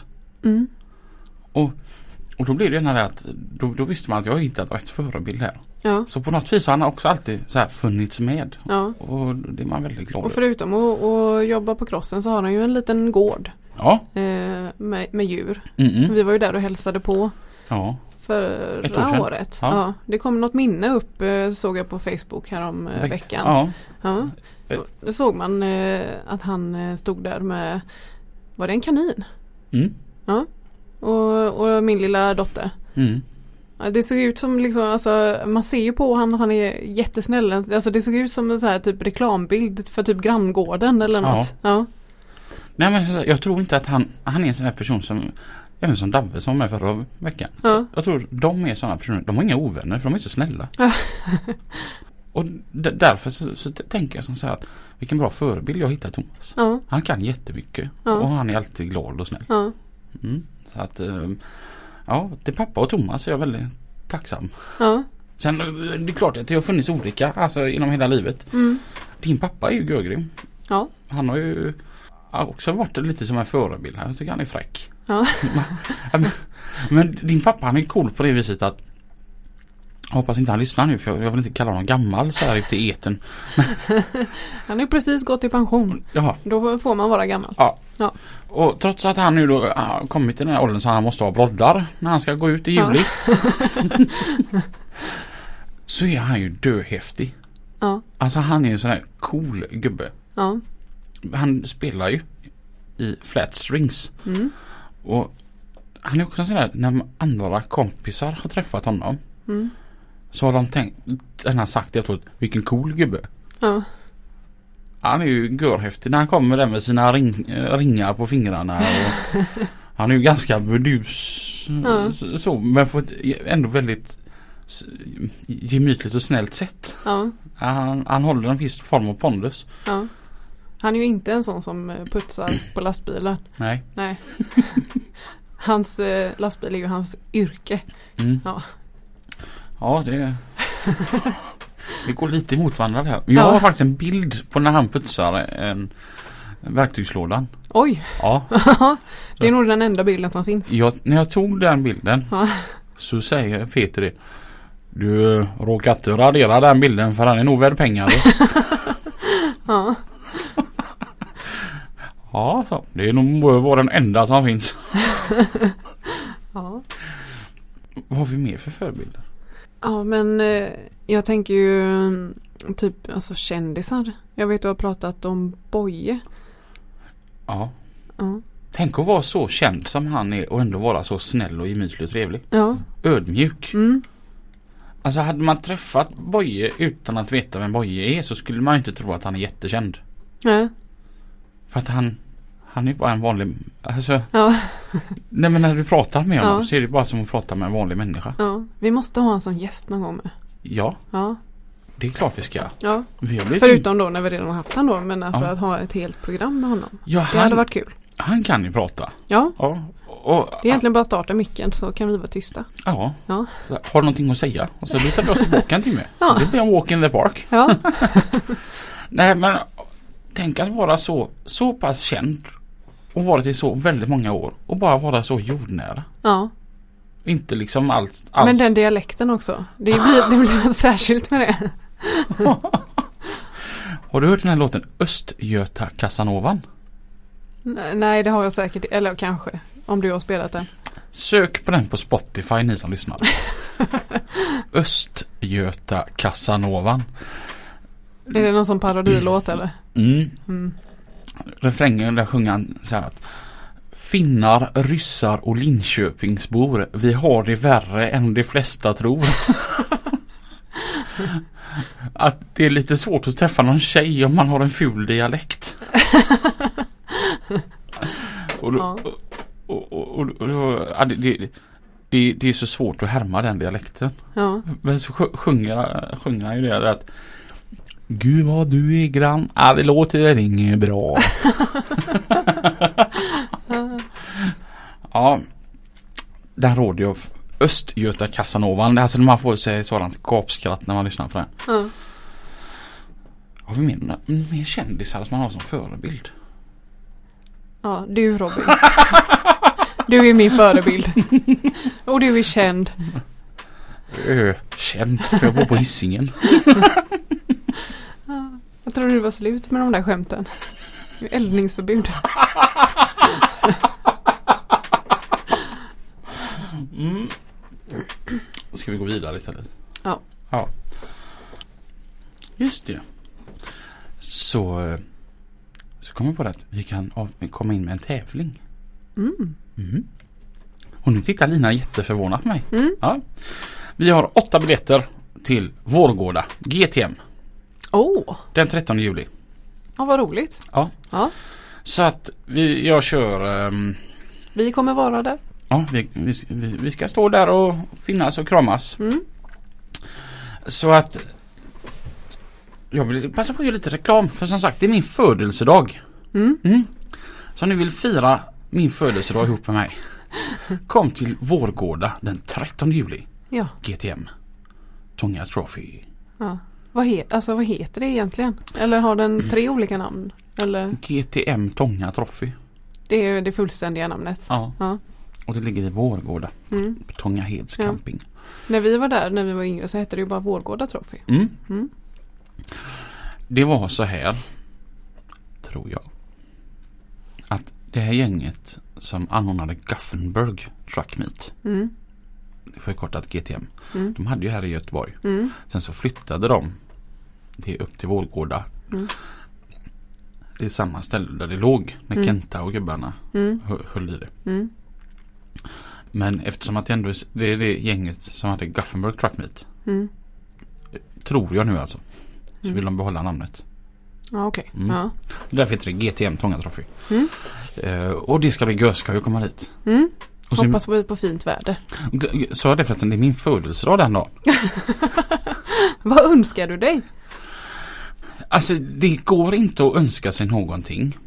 B: Och då blev det den här att då visste man att jag har hittat rätt förebild här. Ja. Så på något vis har han också alltid så här funnits med. Ja. Och det är man väldigt glad.
A: Och förutom att jobba på crossen så har han ju en liten gård.
B: Ja.
A: Med djur. Vi var ju där och hälsade på. Ja. Förra året. Ja. Ja. Det kom något minne upp, såg jag på Facebook härom veckan. Ja. Ja. Då såg man att han stod där med, var det en kanin? Ja. Och min lilla dotter. Ja, det såg ut som liksom, alltså, man ser ju på honom att han är jättesnäll. Alltså det såg ut som en så här typ reklambild för typ granngården eller något. Ja.
B: Nej, men jag tror inte att han är en sån här person som även som Davve som var med förra veckan. Ja. Jag tror de är sådana personer. De har inga ovänner för de är så snälla. Ja. Och därför så tänker jag som så här att vilken bra förebild jag hittar Thomas. Ja. Han kan jättemycket. Ja. Och han är alltid glad och snäll. Ja. Så att till pappa och Thomas är jag väldigt tacksam. Ja. Sen det är klart att det har funnits olika alltså inom hela livet. Din pappa är ju görgrym. Ja. Han har ju också varit lite som en förebild. Jag tycker han är fräck. Ja. Men din pappa han är cool på det viset att jag hoppas inte han lyssnar nu för jag vill inte kalla honom gammal så här ute i eten.
A: Han är precis gått i pension. Ja. Då får man vara gammal.
B: Ja. Ja. Och trots att han nu då har kommit till den här åldern så han måste ha broddar när han ska gå ut i juli. Ja. Så är han ju döhäftig. Ja. Alltså han är ju en sån här cool gubbe. Ja. Han spelar ju i flat strings. Och han är också sån där när andra kompisar har träffat honom. Så har de tänkt, den har sagt jag tror vilken cool gubbe. Ja. Han är ju görhäftig när han kommer där med sina ringar på fingrarna. Och han är ju ganska burdus så, men på ett ändå väldigt gemytligt och snällt sätt. Ja. Han håller en viss form av pondus. Ja.
A: Han är ju inte en sån som putsar på lastbilar.
B: Nej.
A: Hans lastbil är ju hans yrke. Ja.
B: Ja, det går lite emot varandra här. Jag har faktiskt en bild på när han putsar en verktygslådan.
A: Oj!
B: Ja.
A: Det är nog den enda bilden som finns.
B: När jag tog den bilden så säger Peter det. Du råkar inte radera den bilden för han är nog värd pengar. Ja. Ja, så. Det är nog vara den enda som finns. Ja. Vad har vi mer för förebilder?
A: Ja, men jag tänker ju typ alltså kändisar. Jag vet du har pratat om Boje.
B: Ja. Tänk att vara så känd som han är och ändå vara så snäll och gemytlig och trevlig. Ja. Ödmjuk. Alltså hade man träffat Boje utan att veta vem Boje är så skulle man inte tro att han är jättekänd. Ja. För att han är bara en vanlig alltså, nej men när du pratar med honom så är det bara som att prata med en vanlig människa. Ja.
A: Vi måste ha en sån gäst någon gång med.
B: Ja. Det är klart vi ska.
A: Ja. Förutom då när vi redan har haft han då, men alltså att ha ett helt program med honom. Ja, det hade varit kul.
B: Han kan ju prata.
A: Ja. det är egentligen bara starta micken så kan vi vara tysta.
B: Ja. Har du någonting att säga? Och så lutar vi oss tillbaka en timme.
A: Ja.
B: Det blir en walk in the park.
A: Ja.
B: Nej, men tänk att vara så pass känd och varit i så väldigt många år och bara vara så jordnära.
A: Ja.
B: Inte liksom alls.
A: Men den dialekten också. Det blir något särskilt med det.
B: Har du hört den här låten Östgöta Casanovan?
A: Nej, det har jag säkert. Eller kanske. Om du har spelat den.
B: Sök på den på Spotify, ni som lyssnar. Östgöta Casanovan.
A: Är det någon sån parodilåt eller?
B: Refrängen där sjunger han så här att finnar, ryssar och Linköpingsbor, vi har det värre än de flesta tror. Att det är lite svårt att träffa någon tjej om man har en ful dialekt. Det är så svårt att härma den dialekten.
A: Ja.
B: Men så sjunger han ju det att Gud vad du är grann. Det låter inget bra. Ja. Den radio Östgöta Casanovan. Det är alltså när man får sig sådant gapskratt när man lyssnar på den.
A: Ja.
B: Har vi mer kändisar som man har som förebild?
A: Ja, du Robin. Du är min förebild. Och du är känd.
B: Känd, för jag bor på Hisingen.
A: Jag tror det var slut med de där skämten. Det är eldningsförbud.
B: Ska vi gå vidare istället?
A: Ja.
B: Just det. Så kommer jag på det att vi kan komma in med en tävling. Och nu tittar Lina jätteförvånad på mig. Ja. Vi har 8 biljetter till Vårgårda GTM. Den 13 juli.
A: Ja, vad roligt.
B: Ja. Så att jag kör...
A: vi kommer vara där.
B: Ja, vi ska stå där och finnas och kramas. Så att jag vill passa på att göra lite reklam. För som sagt, det är min födelsedag. Så om ni vill fira min födelsedag ihop med mig, kom till Vårgårda den 13 juli.
A: Ja.
B: GTM Tånga Trophy.
A: Ja. Vad heter det egentligen? Eller har den 3 olika namn? Eller?
B: GTM Tånga Trophy.
A: Det är det fullständiga namnet.
B: Ja. Och det ligger i Vårgårda. På Tångaheds camping.
A: När vi var där, när vi var yngre, så hette det ju bara Vårgårda Trophy.
B: Det var så här, tror jag, att det här gänget som anordnade Gothenburg Truck Meet, förkortat GTM, de hade ju här i Göteborg. Sen så flyttade de det upp till Vårgårda. Det är samma ställe där det låg när Kenta och gubbarna höll i det. Men eftersom att det är det gänget som hade Gothenburg Truck Meet, tror jag nu alltså, så vill de behålla namnet.
A: Ja, okej. Ja.
B: Därför heter det GTM Tånga Trophy. Och det ska bli görskoj att komma dit.
A: Och hoppas på fint väder.
B: Så är det förresten, det är min födelsedag den dag.
A: Vad önskar du dig?
B: Alltså, det går inte att önska sig någonting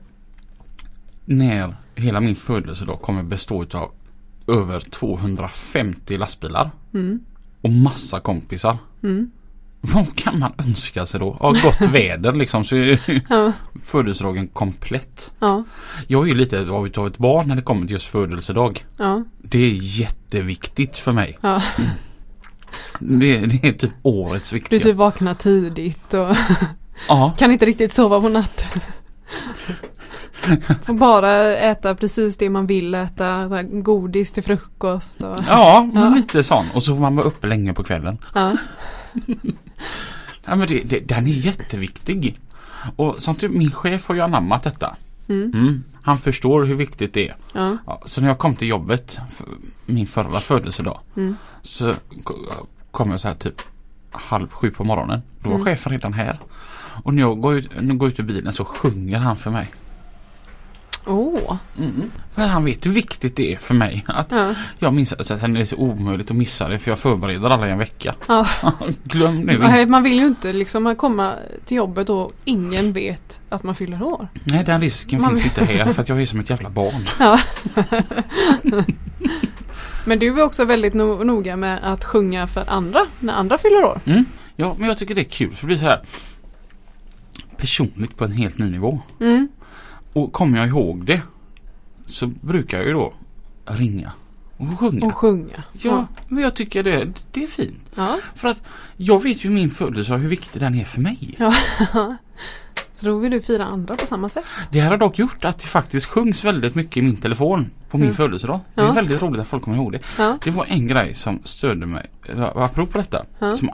B: när hela min födelsedag kommer bestå av över 250 lastbilar och massa kompisar. Vad kan man önska sig då? Ja, gott väder liksom, så är födelsedagen komplett. Ja. Jag är ju lite av ett barn när det kommer till just födelsedag. Ja. Det är jätteviktigt för mig. Ja. Det är typ årets viktiga.
A: Du typ vaknar tidigt och kan inte riktigt sova på natten. Får bara äta precis det man vill äta, godis till frukost. Och...
B: Ja, men lite sån. Och så får man vara uppe länge på kvällen. Ja. Ja, men den är jätteviktig. Och som typ min chef har ju anammat detta. Han förstår hur viktigt det är. Ja, så när jag kom till jobbet min förra födelsedag så kom jag så här typ 6:30 på morgonen. Då var chefen redan här. Och när jag går ut ur bilen så sjunger han för mig. För han vet hur viktigt det är för mig att jag minns att det är så omöjligt att missa det, för jag förbereder alla i en vecka. Ja. Glöm nu.
A: Nej, man vill ju inte liksom komma till jobbet och ingen vet att man fyller år.
B: Nej, den risken finns inte här för att jag är som ett jävla barn.
A: Ja. Men du är också väldigt noga med att sjunga för andra när andra fyller år.
B: Ja, men jag tycker det är kul för det blir så här personligt på en helt ny nivå. Och kommer jag ihåg det så brukar jag ju då ringa och sjunga. Ja, men jag tycker det är fint. Ja. För att jag vet ju min födelsedag hur viktig den är för mig. Ja.
A: Så då vill du fira andra på samma sätt.
B: Det här har dock gjort att det faktiskt sjungs väldigt mycket i min telefon på min födelsedag. Det är väldigt roligt att folk kommer ihåg det. Ja. Det var en grej som stödde mig, apropå detta, som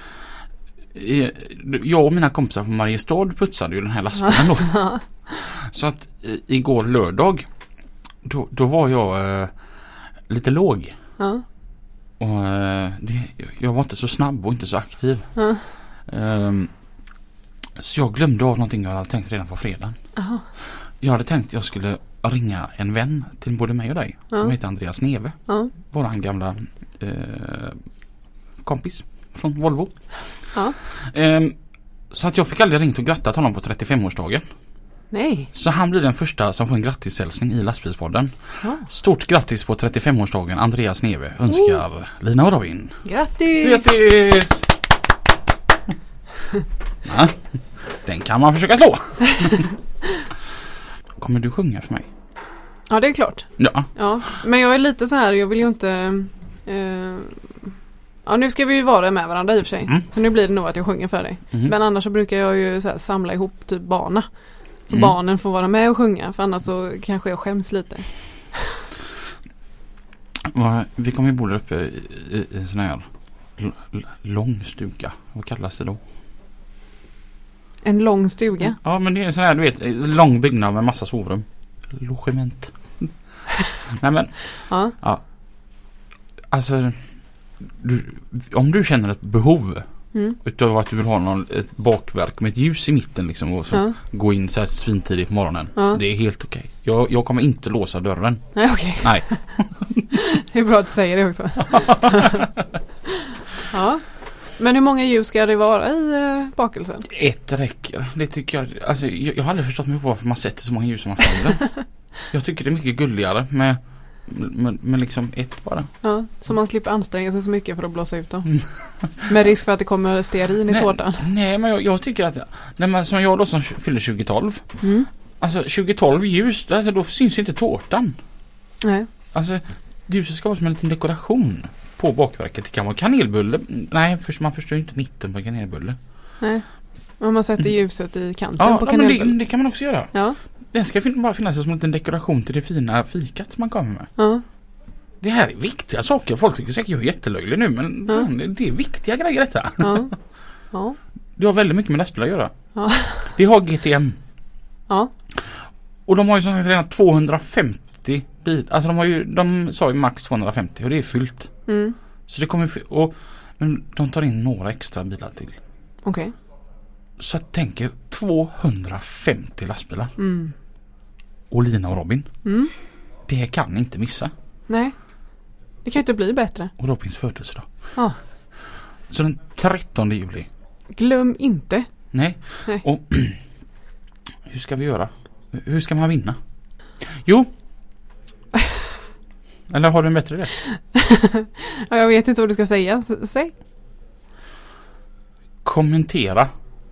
B: jag och mina kompisar från Mariestad putsade ju den här lastbilen då. Så att igår lördag då var jag lite låg. Ja. Och jag var inte så snabb och inte så aktiv. Ja. Så jag glömde av någonting jag hade tänkt redan på fredagen. Aha. Jag hade tänkt att jag skulle ringa en vän till både mig och dig som heter Andreas Neve. Våran gamla kompis från Volvo. Ja. Så att jag fick aldrig ringt och grattat honom på 35-årsdagen.
A: Nej.
B: Så han blir den första som får en grattishälsning i lastbilspodden. Ja. Stort grattis på 35-årsdagen, Andreas Neve. Önskar Lina och Robin.
A: Grattis!
B: Grattis! Ja, den kan man försöka slå. Kommer du sjunga för mig?
A: Ja, det är klart. Ja. Men jag är lite så här, jag vill ju inte... Ja, nu ska vi ju vara med varandra i och för sig. Så nu blir det nog att jag sjunger för dig. Men annars så brukar jag ju så här samla ihop typ barna. Så barnen får vara med och sjunga. För annars så kanske jag skäms lite.
B: Vi kommer ju bo där uppe i en sån här lång stuga. Vad kallas det då?
A: En lång stuga?
B: Ja, men det är en sån här, du vet, lång byggnad med massa sovrum. Logement. Nej, men... Ja. Alltså... om du känner ett behov utav att du vill ha ett bakverk med ett ljus i mitten liksom, och så gå in så här svintidigt på morgonen. Det är helt okej. Jag kommer inte låsa dörren.
A: Nej, okej.
B: Nej.
A: Det är bra att du säger det också. Ja. Men hur många ljus ska det vara i bakelsen?
B: Ett räcker. Det tycker jag. Alltså, jag har aldrig förstått mig på varför man sätter så många ljus som man fäller. Jag tycker det är mycket gulligare med liksom ett bara. Ja,
A: så man slipper anstränga sig så mycket för att blåsa ut dem. Med risk för att det kommer stearin i tårtan.
B: Nej, men jag tycker att som jag då som fyller 2012. Alltså 2012 ljus, alltså, då syns inte tårtan. Nej. Alltså ljuset ska vara som en liten dekoration på bakverket. Det kan vara kanelbulle. Nej, man förstår inte mitten på kanelbulle. Nej. Om man sätter ljuset i kanten på kanelbulle. Men det kan man också göra. Ja. Den ska bara finnas som en liten dekoration till det fina fikat som man kommer med. Ja. Det här är viktiga saker. Folk tycker säkert jag är jättelöjlig nu, men fan, det är viktiga grejer detta. Ja. Ja. Det har väldigt mycket med lastbilar att göra. Ja. Det har GTM. Ja. Och de har ju som sagt redan 250 bilar. Alltså de sa ju max 250 och det är fyllt. Så det kommer men de tar in några extra bilar till.
A: Okej.
B: Så jag tänker 250 lastbilar. Och Lina och Robin. Det kan ni inte missa.
A: Nej. Det kan inte bli bättre.
B: Och Robins födelsedag. Ja. Så den 13 juli.
A: Glöm inte.
B: Nej. Och hur ska vi göra? Hur ska man vinna? Jo. Eller har du en bättre idé?
A: Ja, jag vet inte vad du ska säga. Säg.
B: Kommentera.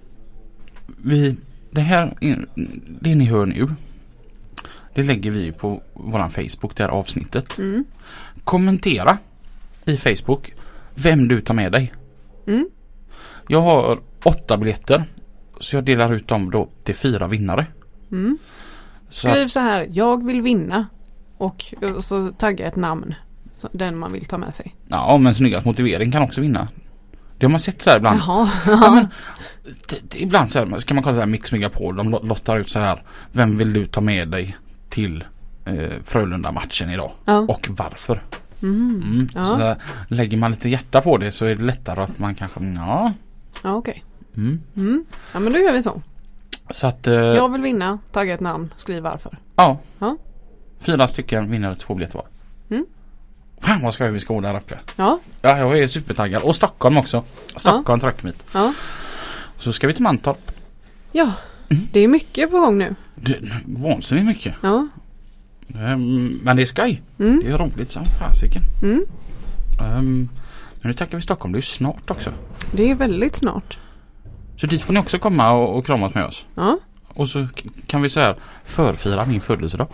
B: Det ni hör nu, det lägger vi på våran Facebook, det här avsnittet. Kommentera i Facebook vem du tar med dig. Jag har 8 biljetter, så jag delar ut dem då till 4 vinnare.
A: Skriv så här: jag vill vinna, och så tagga ett namn, den man vill ta med sig.
B: Ja, men snyggast motivering kan också vinna. Det har man sett så här ibland.
A: Jaha.
B: Ja, men, ibland så här, ska man kolla så här Mix Megapol, de lottar ut så här: vem vill du ta med dig till Frölunda-matchen idag? Ja. Och varför? Ja. Så där, lägger man lite hjärta på det så är det lättare att man kanske,
A: Ja, okej. Ja, men då gör vi så.
B: Så att...
A: jag vill vinna, tagga ett namn, skriv varför.
B: Ja. 4 stycken vinner 2 biljetter var. Fan vad ska vi ska gå där uppe.
A: Ja.
B: Ja, jag är supertaggad. Och Stockholm också. Stockholm Trackmeet.
A: Ja.
B: Så ska vi till Mantorp.
A: Ja, det är mycket på gång nu.
B: Det är vansinnigt mycket.
A: Ja.
B: Men det är skoj. Det är roligt som fasiken. Men nu tackar vi Stockholm. Det är ju snart också.
A: Det är väldigt snart.
B: Så dit får ni också komma och kramas med oss.
A: Ja.
B: Och så kan vi säga förfira min födelsedag.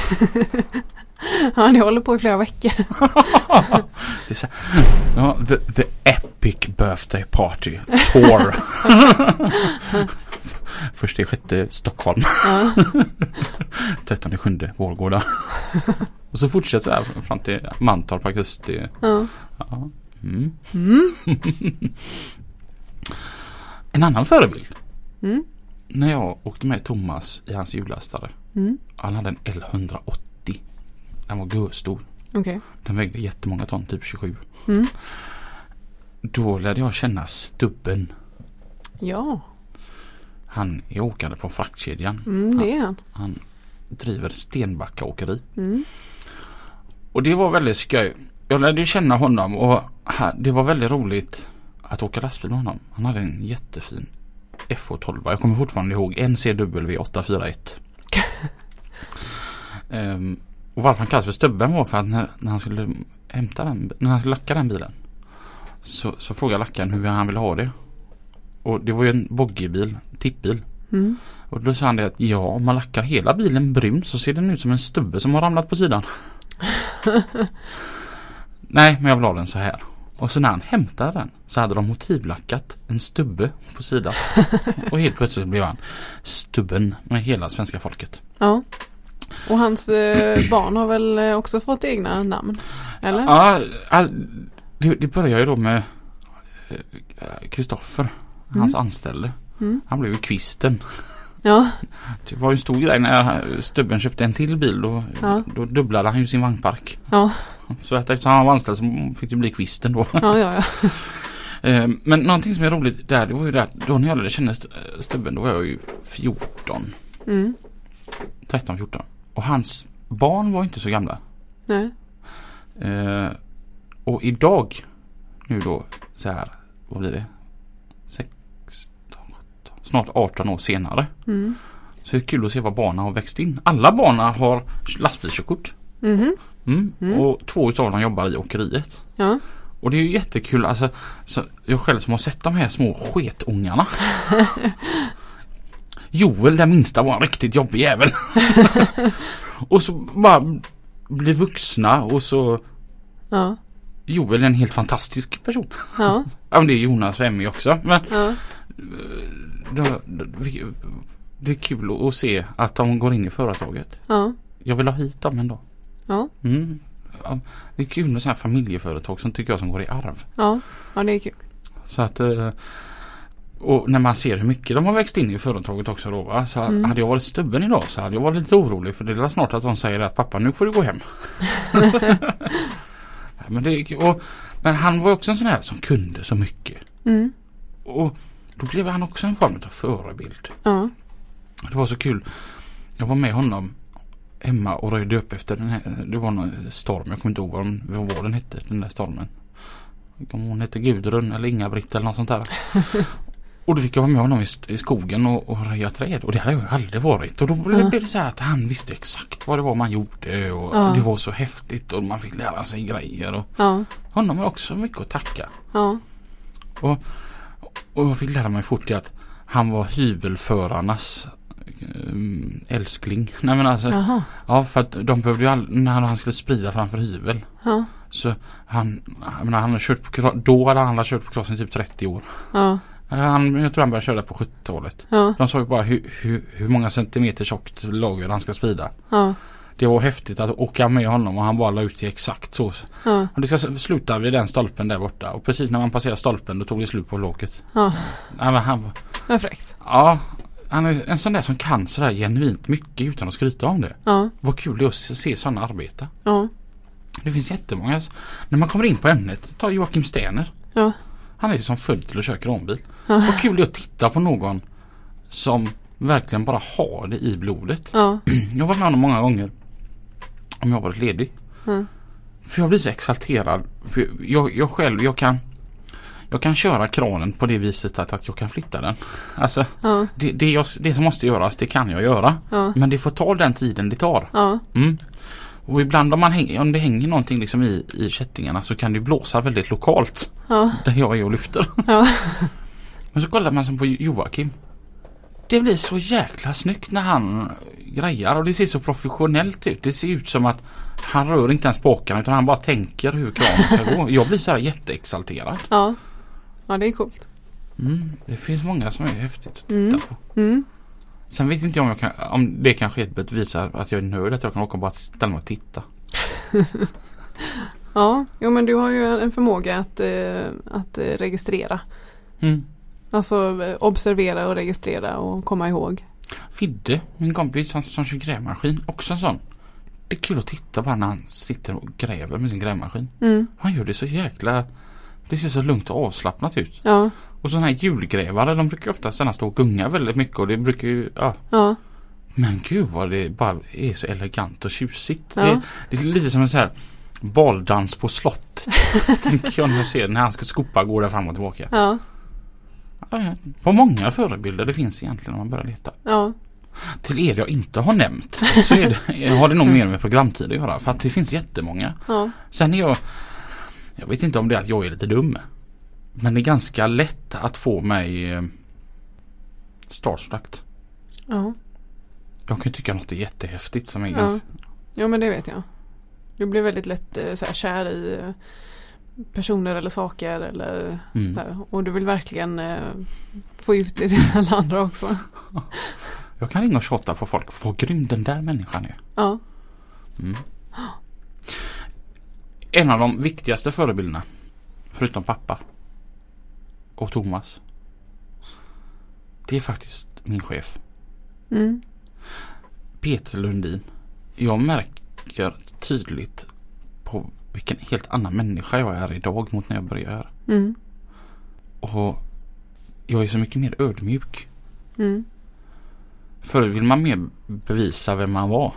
A: Ja, det håller på i flera veckor.
B: Det är så, ja, the epic birthday party tour. Först i 6 Stockholm. 13/7 Vårgårda. Och så fortsätter så här fram till Mantorp, augusti. Ja. En annan förebild. När jag åkte med Thomas i hans hjullastare. Han hade en L180. Den var görstor.
A: Okay.
B: Den vägde jättemånga ton, typ 27. Då lärde jag känna Stubben.
A: Ja.
B: Han är åkare på fraktkedjan.
A: Det är han.
B: Han driver Stenbacka åkeri. Och det var väldigt skoj. Jag lärde känna honom och det var väldigt roligt att åka lastbil med honom. Han hade en jättefin FH12. Jag kommer fortfarande ihåg NCW 841. Och varför han kallas för Stubben var för att när han skulle när han skulle lacka den bilen så frågade lackaren hur han ville ha det. Och det var ju en boggiebil, tippbil. Och då sa han det att om man lackar hela bilen brun så ser den ut som en stubbe som har ramlat på sidan. Nej, men jag vill ha den så här. Och så när han hämtade den så hade de motivlackat en stubbe på sidan. Och helt plötsligt blev han Stubben med hela svenska folket.
A: Ja. Och hans barn har väl också fått egna namn? Eller?
B: Ja, det börjar ju då med Kristoffer, hans anställde. Han blev ju Kvisten.
A: Ja.
B: Det var ju en stor grej när Stubben köpte en till bil. Då dubblade han ju sin vagnpark.
A: Ja.
B: Så att eftersom han var anställd så fick det bli Kvisten då.
A: Ja.
B: Men någonting som är roligt där, det var ju det att då när jag lärde känna Stubben, då var jag ju 14. 13-14. Och hans barn var inte så gamla.
A: Nej.
B: Och idag, nu då, så här, vad blir det? 16, 17, snart 18 år senare. Så det är kul att se vad barnen har växt in. Alla barnen har lastbilskörkort. Och 2 utav dem jobbar i åkeriet.
A: Ja.
B: Och det är ju jättekul, alltså, så jag själv som har sett de här små sketungarna. Joel, den minsta, var en riktigt jobbig jävel. Och så bara bli vuxna och så...
A: Ja.
B: Joel är en helt fantastisk person.
A: Ja.
B: Ja, men det är Jonas och Emmy också. Men det är kul att se att de går in i företaget.
A: Ja.
B: Jag vill ha hit dem ändå.
A: Ja.
B: Ja, det är kul med sådana här familjeföretag som tycker jag som går i arv.
A: Ja, det är kul.
B: Så att... Och när man ser hur mycket de har växt in i företaget också då, va? Så hade jag varit Stubben idag så hade jag varit lite orolig, för det är snart att de säger att pappa, nu får du gå hem. Men han var också en sån här som kunde så mycket. Och då blev han också en form av förebild.
A: Ja.
B: Det var så kul. Jag var med honom hemma och röjde upp efter den här, det var någon storm, jag kommer inte ihåg vad den hette, den där stormen. Om hon hette Gudrun eller Inga-Britt eller något sånt där. Och då fick jag vara med honom i skogen och röja träd. Och det hade jag aldrig varit. Och då blev det så här att han visste exakt vad det var man gjorde. Och det var så häftigt. Och man fick lära sig grejer. Och honom har också mycket att tacka.
A: Ja.
B: Och jag fick lära mig fort att han var hyvelförarnas älskling. Nej men alltså. Ja, för att de behövde ju när han skulle sprida framför hyvel. Ja. Så han hade kört på, då hade han kört på krossen typ 30 år. Ja. Jag tror han började köra på 70-talet. Ja. De sa ju bara hur många centimeter tjockt lager han ska sprida. Ja. Det var häftigt att åka med honom och han bara la ut det exakt så. Ja. Och det ska sluta vid den stolpen där borta. Och precis när man passerar stolpen då tog det slut på loket. Ja. Ja, men han var
A: fräckt.
B: Ja, han är en sån där som kan sådär genuint mycket utan att skryta om det. Ja. Vad kul det är att se sådana arbeta. Ja. Det finns jättemånga. När man kommer in på ämnet, ta Joakim Sterner. Ja. Han är ju som född till att köra kranbil. Ja. Vad kul det är att titta på någon som verkligen bara ha det i blodet. Ja. Jag har varit med om många gånger om jag har varit ledig. För jag blir så exalterad. För jag själv, jag kan köra kranen på det viset att jag kan flytta den. Alltså, det som måste göras, det kan jag göra. Men det får ta den tiden det tar. Och ibland om det hänger någonting liksom i kättingarna så kan det blåsa väldigt lokalt. Där jag är och lyfter. Men så kollar man som på Joakim. Det blir så jäkla snyggt när han grejar och det ser så professionellt ut. Det ser ut som att han rör inte ens spakarna utan han bara tänker hur kranen ska gå. Jag blir så här jätteexalterad.
A: Ja, det är coolt.
B: Det finns många som är häftigt att titta på. Sen vet inte jag om det kanske är ett bevis att jag är nöjd att jag kan åka och bara ställa mig och titta.
A: Ja, men du har ju en förmåga att registrera. Alltså observera och registrera och komma ihåg.
B: Fidde, min kompis som kör grävmaskin, också en sån. Det är kul att titta på när han sitter och gräver med sin grävmaskin. Han gör det så jäkla... Det ser så lugnt och avslappnat ut. Ja. Och sådana här julgrävare, de brukar ofta sedan stå och gunga väldigt mycket och det brukar ju... Ja. Men gud vad det bara är så elegant och tjusigt. Ja. Det är lite som en sån här baldans på slott. Tänker jag när jag ser när han ska skopa går där fram och tillbaka. Ja. På många förebilder det finns egentligen när man börjar leta. Ja. Till er jag inte har nämnt så har det nog mer med programtid att göra. För att det finns jättemånga. Ja. Sen är jag vet inte om det är att jag är lite dum. Men det är ganska lätt att få mig starstruck. Ja. Jag kan tycka något är jättehäftigt som är ganska...
A: Ja, men det vet jag. Du blir väldigt lätt så här, kär i personer eller saker eller så här, och du vill verkligen få ut det till alla andra också.
B: Jag kan ringa och tjata på folk vad grym den där människan är. Ja. En av de viktigaste förebilderna förutom pappa och Thomas, det är faktiskt min chef. Peter Lundin. Jag märker tydligt på vilken helt annan människa jag är idag mot när jag började. Och jag är så mycket mer ödmjuk. Förr vill man mer bevisa vem man var.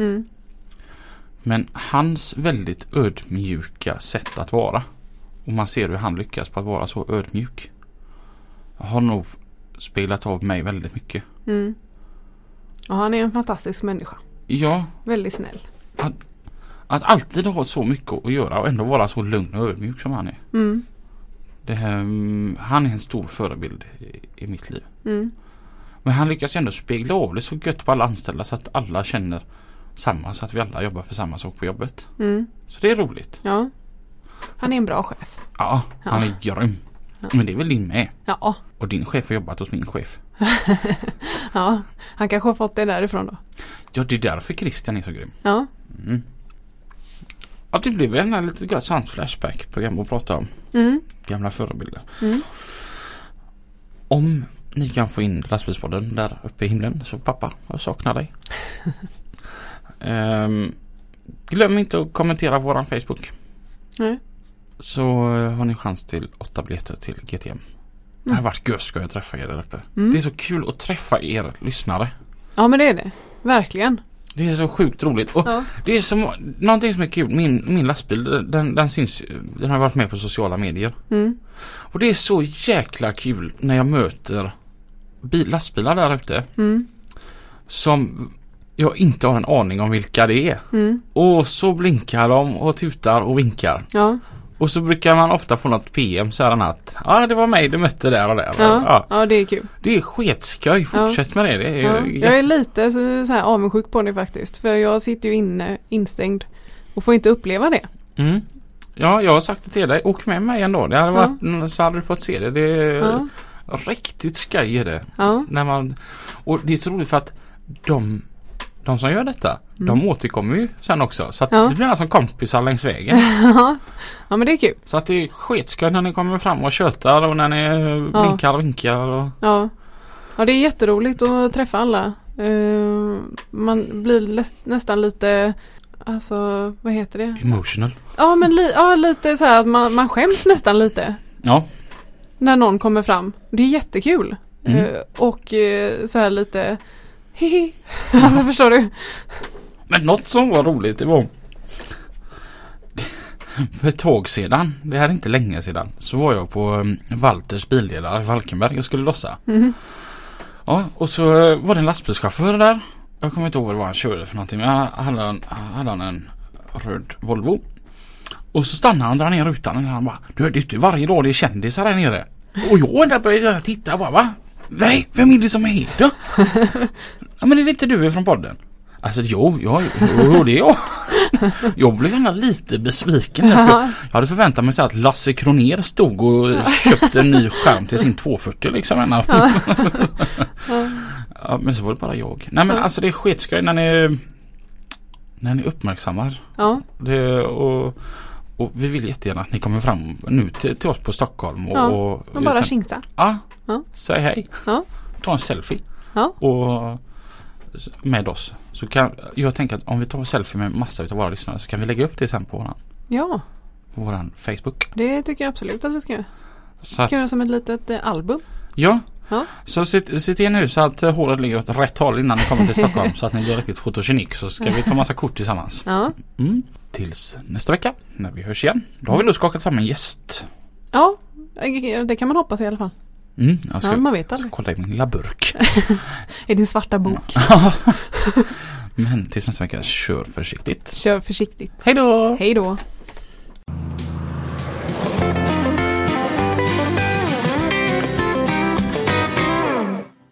B: Men hans väldigt ödmjuka sätt att vara, och man ser hur han lyckas på att vara så ödmjuk, har nog spelat av mig väldigt mycket.
A: Och han är en fantastisk människa.
B: Ja.
A: Väldigt snäll.
B: Att alltid ha så mycket att göra och ändå vara så lugn och ödmjuk som han är. Han är en stor förebild i mitt liv. Men han lyckas ändå spegla av det så gött på alla anställda så att alla känner samma, så att vi alla jobbar för samma sak på jobbet. Så det är roligt.
A: Ja. Han är en bra chef.
B: Ja, han är grym. Ja. Men det är väl din med. Ja. Och din chef har jobbat hos min chef.
A: Ja, han kanske har fått det därifrån då.
B: Ja, det är därför Christian är så grym. Ja. Ja, det blev en lite gott sånt flashback-program att prata om. Gamla förebilder. Om ni kan få in lastbilspodden där uppe i himlen så pappa, jag saknar dig. Glöm inte att kommentera våran Facebook. Nej. Så har ni chans till 8 biljetter till GTM. Det har varit gött ska jag träffa er där uppe. Det är så kul att träffa er lyssnare.
A: Ja, men det är det. Verkligen.
B: Det är så sjukt roligt. Och det är som någonting som är kul. Min lastbil, den syns, den har varit med på sociala medier. Och det är så jäkla kul när jag möter lastbilar där ute. Som jag inte har en aning om vilka det är. Och så blinkar de och tutar och vinkar. Ja. Och så brukar man ofta få något PM så här att det var mig du mötte där och där.
A: Ja, det är kul.
B: Det är sketskoj. Fortsätt med det. Det är
A: jag är lite så här avundsjuk på det faktiskt. För jag sitter ju instängd och får inte uppleva det.
B: Ja, jag har sagt det till dig. Åk med mig ändå. Det hade varit, så hade du fått se det. Det är riktigt skoj är det. Och det är så roligt för att de som gör detta, de återkommer ju sen också. Så att det blir som kompisar längs vägen.
A: Ja, men det är kul.
B: Så att det är sketskoj när ni kommer fram och tjötar och när ni blinkar och vinkar. Och...
A: Ja, det är jätteroligt att träffa alla. Man blir nästan lite, alltså, vad heter det?
B: Emotional.
A: Ja, men lite så här att man skäms nästan lite. Ja. När någon kommer fram. Det är jättekul. Och så här lite hihi. Alltså förstår du?
B: Men något som var roligt, det var för ett tag sedan, det här är inte länge sedan, så var jag på Walters bildelar i Falkenberg och skulle lossa. Ja, och så var det en lastbilschaufför där. Jag kommer inte ihåg vad han körde för någonting, men han hade en röd Volvo. Och så stannade han och drar ner rutan och han bara, du vet varje dag det är kändisar här nere. Och jag där började titta och bara, va? Nej, vem är det som är här då? Ja, men är det inte du från podden? Alltså jo, det är jag. Jag blev ändå lite besviken. Jag hade förväntat mig så att Lasse Kroner stod och köpte en ny skärm till sin 240 liksom. Ja, men så var det bara jag. Nej, men alltså det är skitskoj när ni uppmärksammar.
A: Ja.
B: Och vi vill jättegärna att ni kommer fram nu till oss på Stockholm. Och
A: bara tjingsa.
B: Ja, säg hej.
A: Ja.
B: Ta en selfie.
A: Ja.
B: Och med oss. Så jag tänker att om vi tar en selfie med massa av våra lyssnare så kan vi lägga upp det sen på våran Facebook.
A: Det tycker jag absolut att vi ska göra.
B: Så
A: kan göra som ett litet album.
B: Ja. Så se till nu så att håret ligger åt rätt håll innan ni kommer till Stockholm så att ni blir riktigt fotogenik, så ska vi ta massa kort tillsammans.
A: Ja.
B: Tills nästa vecka när vi hörs igen. Då har vi nog skakat fram en gäst.
A: Ja, det kan man hoppas i alla fall.
B: Jag ska,
A: man vet aldrig.
B: Kolla i min lilla burk.
A: I din svarta bok.
B: Men tills nästa vecka, kör försiktigt.
A: Kör försiktigt.
B: Hej då!
A: Hej då!